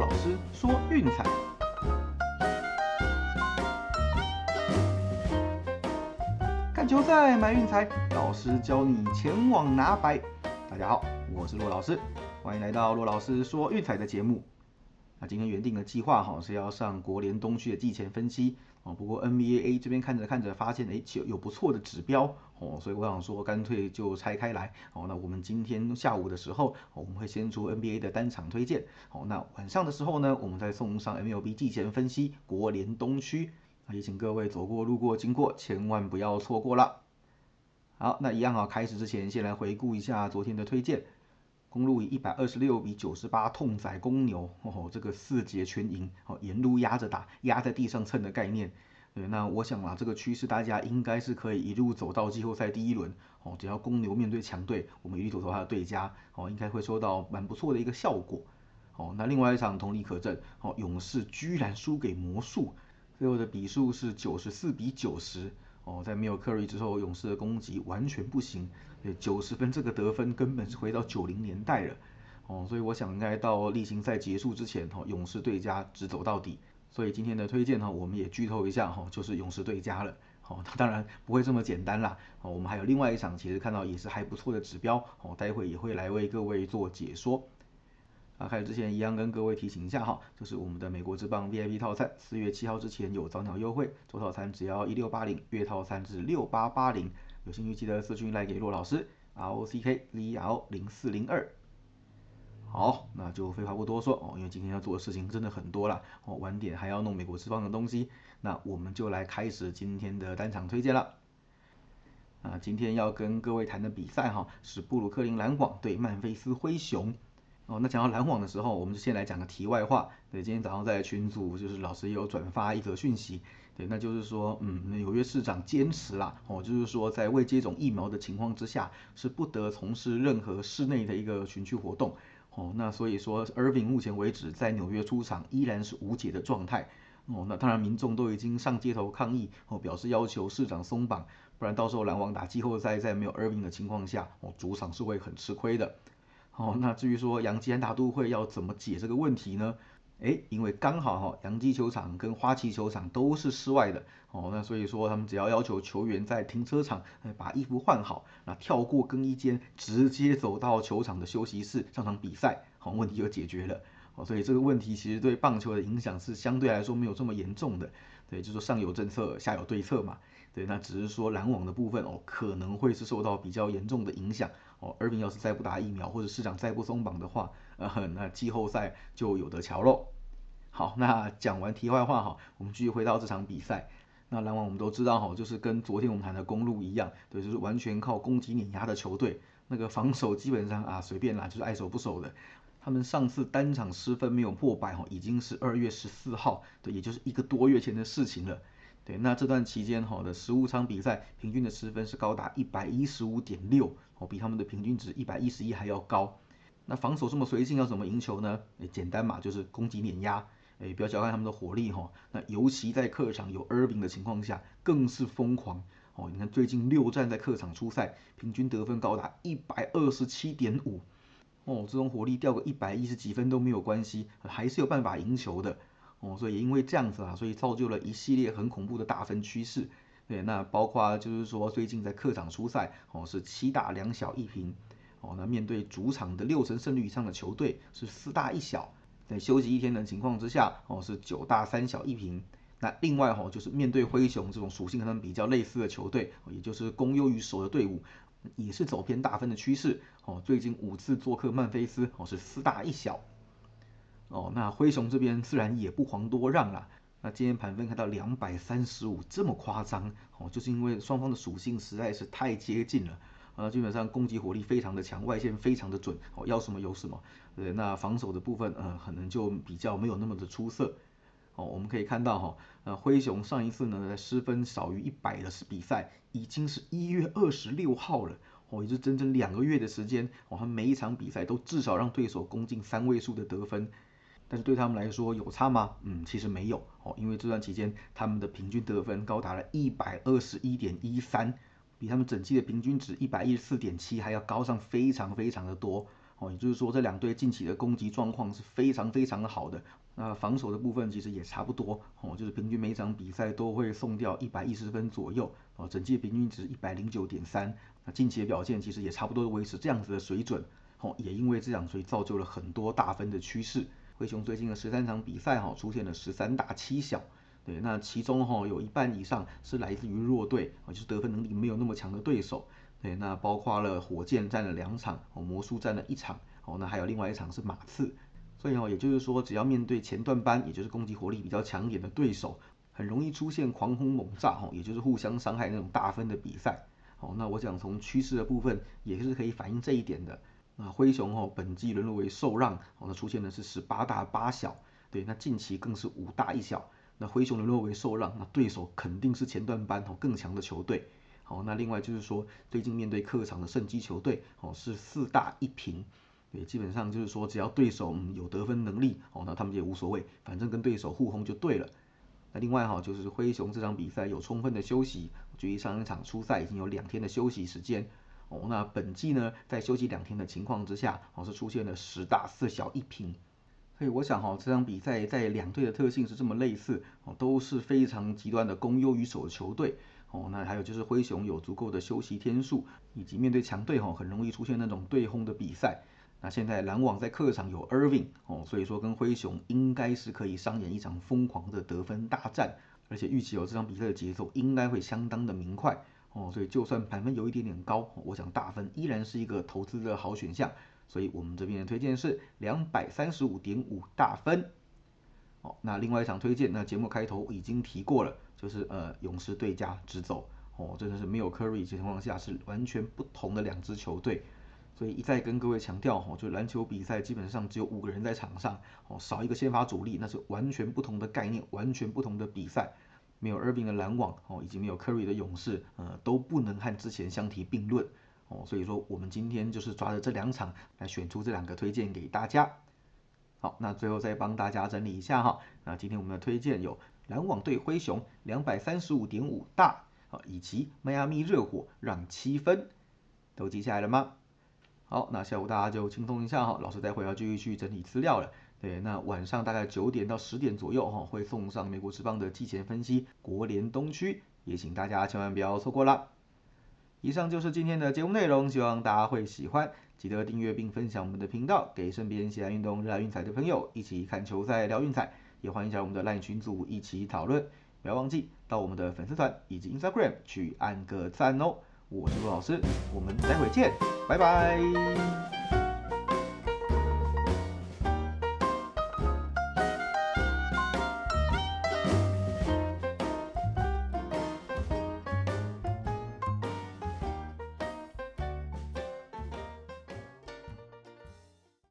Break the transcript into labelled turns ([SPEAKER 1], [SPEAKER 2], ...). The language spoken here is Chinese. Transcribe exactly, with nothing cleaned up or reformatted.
[SPEAKER 1] 老师说运彩，看球赛买运彩，老师教你前往拿白。大家好，我是骆老师，欢迎来到骆老师说运彩的节目。那今天原定的计划哈是要上国联东区的季前分析哦，不过 N B A 这边看着看着发现哎有不错的指标哦，所以我想说干脆就拆开来哦。那我们今天下午的时候，哦、我们会先出 N B A 的单场推荐哦，那晚上的时候呢，我们再送上 M L B 季前分析国联东区，也请各位走过路过经过千万不要错过了。好，那一样啊，开始之前先来回顾一下昨天的推荐。公鹿以一百二十六比九十八痛宰公牛，哦，这个四节全赢，哦，沿路压着打，压在地上蹭的概念。对，那我想啊，这个趋势大家应该是可以一路走到季后赛第一轮，哦，只要公牛面对强队，我们一律投投他的对家，哦，应该会收到蛮不错的一个效果。哦，那另外一场同理可证，哦，勇士居然输给魔术，最后的比数是九十四比九十。哦，在没有 Curry 之后，勇士的攻击完全不行，九十分这个得分根本是回到九零年代了。哦，所以我想应该到例行赛结束之前，哦，勇士对家只走到底。所以今天的推荐哈，我们也剧透一下哈，就是勇士对家了。哦，当然不会这么简单啦。哦，我们还有另外一场，其实看到也是还不错的指标。哦，待会也会来为各位做解说。啊，开始之前一样跟各位提醒一下哈，就是我们的美国职棒 V I P 套餐，四月七号之前有早鸟优惠，周套餐只要一六八零，月套餐是六八八零，有兴趣记得私讯来给骆老师 R O C K Z L 零四零二。好，那就废话不多说哦，因为今天要做的事情真的很多啦哦，晚点还要弄美国职棒的东西，那我们就来开始今天的单场推荐了。啊，今天要跟各位谈的比赛哈是布鲁克林篮网对曼菲斯灰熊。哦，那讲到篮网的时候，我们就先来讲个题外话。对，今天早上在群组，就是老师也有转发一则讯息，对，那就是说，嗯，纽约市长坚持啦，哦，就是说在未接种疫苗的情况之下，是不得从事任何室内的一个群聚活动。哦，那所以说 Irving 目前为止在纽约出场依然是无解的状态。哦，那当然民众都已经上街头抗议，哦，表示要求市长松绑，不然到时候篮网打季后赛在没有 Irving 的情况下，哦，主场是会很吃亏的。哦，那至于说洋基和大都会要怎么解这个问题呢？诶，因为刚好哈，洋基球场跟花旗球场都是室外的，哦，那所以说他们只要要求球员在停车场把衣服换好，那跳过更衣间，直接走到球场的休息室上场比赛，好，问题就解决了。哦，所以这个问题其实对棒球的影响是相对来说没有这么严重的。对，就是说上有政策，下有对策嘛。对，那只是说篮网的部分哦，可能会是受到比较严重的影响。哦，二兵要是再不打疫苗，或者市长再不松绑的话，呃，那季后赛就有得瞧喽。好，那讲完题外话哈，我们继续回到这场比赛。那篮网我们都知道哈，就是跟昨天我们谈的公鹿一样，对，就是完全靠攻击碾压的球队。那个防守基本上啊随便啦，就是爱守不守的。他们上次单场失分没有破百哈，已经是二月十四号，对，也就是一个多月前的事情了。对，那这段期间哈的十五场比赛，平均的失分是高达一百一十五点六，哦，比他们的平均值一百一十一还要高。那防守这么随性，要怎么赢球呢？简单嘛，就是攻击碾压。哎，不要小看他们的火力哈。那尤其在客场有 Irving 的情况下，更是疯狂。哦，你看最近六战在客场出赛，平均得分高达一百二十七点五。哦，这种火力掉个一百一十几分都没有关系，还是有办法赢球的。哦，所以也因为这样子啊，所以造就了一系列很恐怖的大分趋势。对，那包括就是说最近在客场出赛，哦是七大两小一平。哦，那面对主场的六成胜率以上的球队是四大一小，在休息一天的情况之下，哦是九大三小一平。那另外哈、哦，就是面对灰熊这种属性和他们比较类似的球队，也就是攻优于守的队伍，也是走偏大分的趋势。哦，最近五次做客曼菲斯，哦是四大一小。哦，那灰熊这边自然也不遑多让啦。那今天盘分看到两百三十五，这么夸张哦，就是因为双方的属性实在是太接近了。呃，基本上攻击火力非常的强，外线非常的准，哦，要什么有什么。对，那防守的部分，呃，可能就比较没有那么的出色。哦，我们可以看到哈，呃，灰熊上一次呢在失分少于一百的比赛，已经是一月二十六号了。哦，也就整整两个月的时间，哦，他们每一场比赛都至少让对手攻进三位数的得分。但是对他们来说有差吗？嗯，其实没有哦，因为这段期间他们的平均得分高达了一百二十一点一三，比他们整季的平均值一百一十四点七还要高上非常非常的多哦，也就是说这两队近期的攻击状况是非常非常好的。那防守的部分其实也差不多，哦，就是平均每场比赛都会送掉一百一十分左右，哦，整季平均值一百零九点三。那近期的表现其实也差不多维持这样子的水准，哦，也因为这样，所以造就了很多大分的趋势。灰熊最近的十三场比赛哈，出现了十三大七小，对，那其中哈有一半以上是来自于弱队，就是得分能力没有那么强的对手。对，那包括了火箭占了两场，哦，魔术占了一场，哦，那还有另外一场是马刺。所以哦，也就是说，只要面对前段班，也就是攻击火力比较强一点的对手，很容易出现狂轰猛炸哈，也就是互相伤害那种大分的比赛。好，那我想从趋势的部分也是可以反映这一点的。那灰熊哦，本季沦落为受让，哦，那出现的是十八大八小，对，那近期更是五大一小。那灰熊沦落为受让，那对手肯定是前段班哦更强的球队。好，那另外就是说，最近面对客场的胜基球队，哦是四大一平。对，基本上就是说，只要对手嗯有得分能力，哦，那他们也无所谓，反正跟对手互轰就对了。那另外哈，就是灰熊这场比赛有充分的休息，距离上一场出赛已经有两天的休息时间。哦，那本季呢，在休息两天的情况之下，哦是出现了十大四小一平。所以我想哈，这场比赛在两队的特性是这么类似，哦，都是非常极端的攻优于守的球队。哦，那还有就是灰熊有足够的休息天数，以及面对强队哈，很容易出现那种对轰的比赛。那现在篮网在客场有 Irving 哦，所以说跟灰熊应该是可以上演一场疯狂的得分大战，而且预期有这场比赛的节奏应该会相当的明快哦，所以就算盘分有一点点高，我想大分依然是一个投资的好选项，所以我们这边的推荐是两百三十五点五大分。哦，那另外一场推荐，那节目开头已经提过了，就是呃勇士对加直走哦，真的是没有 Curry 的情况下是完全不同的两支球队。所以一再跟各位强调，哦，就篮球比赛基本上只有五个人在场上，哦，少一个先发主力，那是完全不同的概念，完全不同的比赛。没有 Irving 的篮网，哦，以及没有 Curry 的勇士，呃，都不能和之前相提并论，哦，所以说我们今天就是抓着这两场来选出这两个推荐给大家。好，那最后再帮大家整理一下哈，那今天我们的推荐有篮网对灰熊两百三十五点五大，以及迈阿密热火让七分，都记下来了吗？好，那下午大家就轻松一下哈，老师待会要继续去整理资料了。对，那晚上大概九点到十点左右哈，会送上美国职棒的季前分析国联东区，也请大家千万不要错过啦。以上就是今天的节目内容，希望大家会喜欢，记得订阅并分享我们的频道，给身边喜爱运动、热爱运彩的朋友一起看球赛聊运彩，也欢迎加入我们的 LINE 群组一起讨论，不要忘记到我们的粉丝团以及 Instagram 去按个赞哦。我是陆老师，我们待会见，拜拜。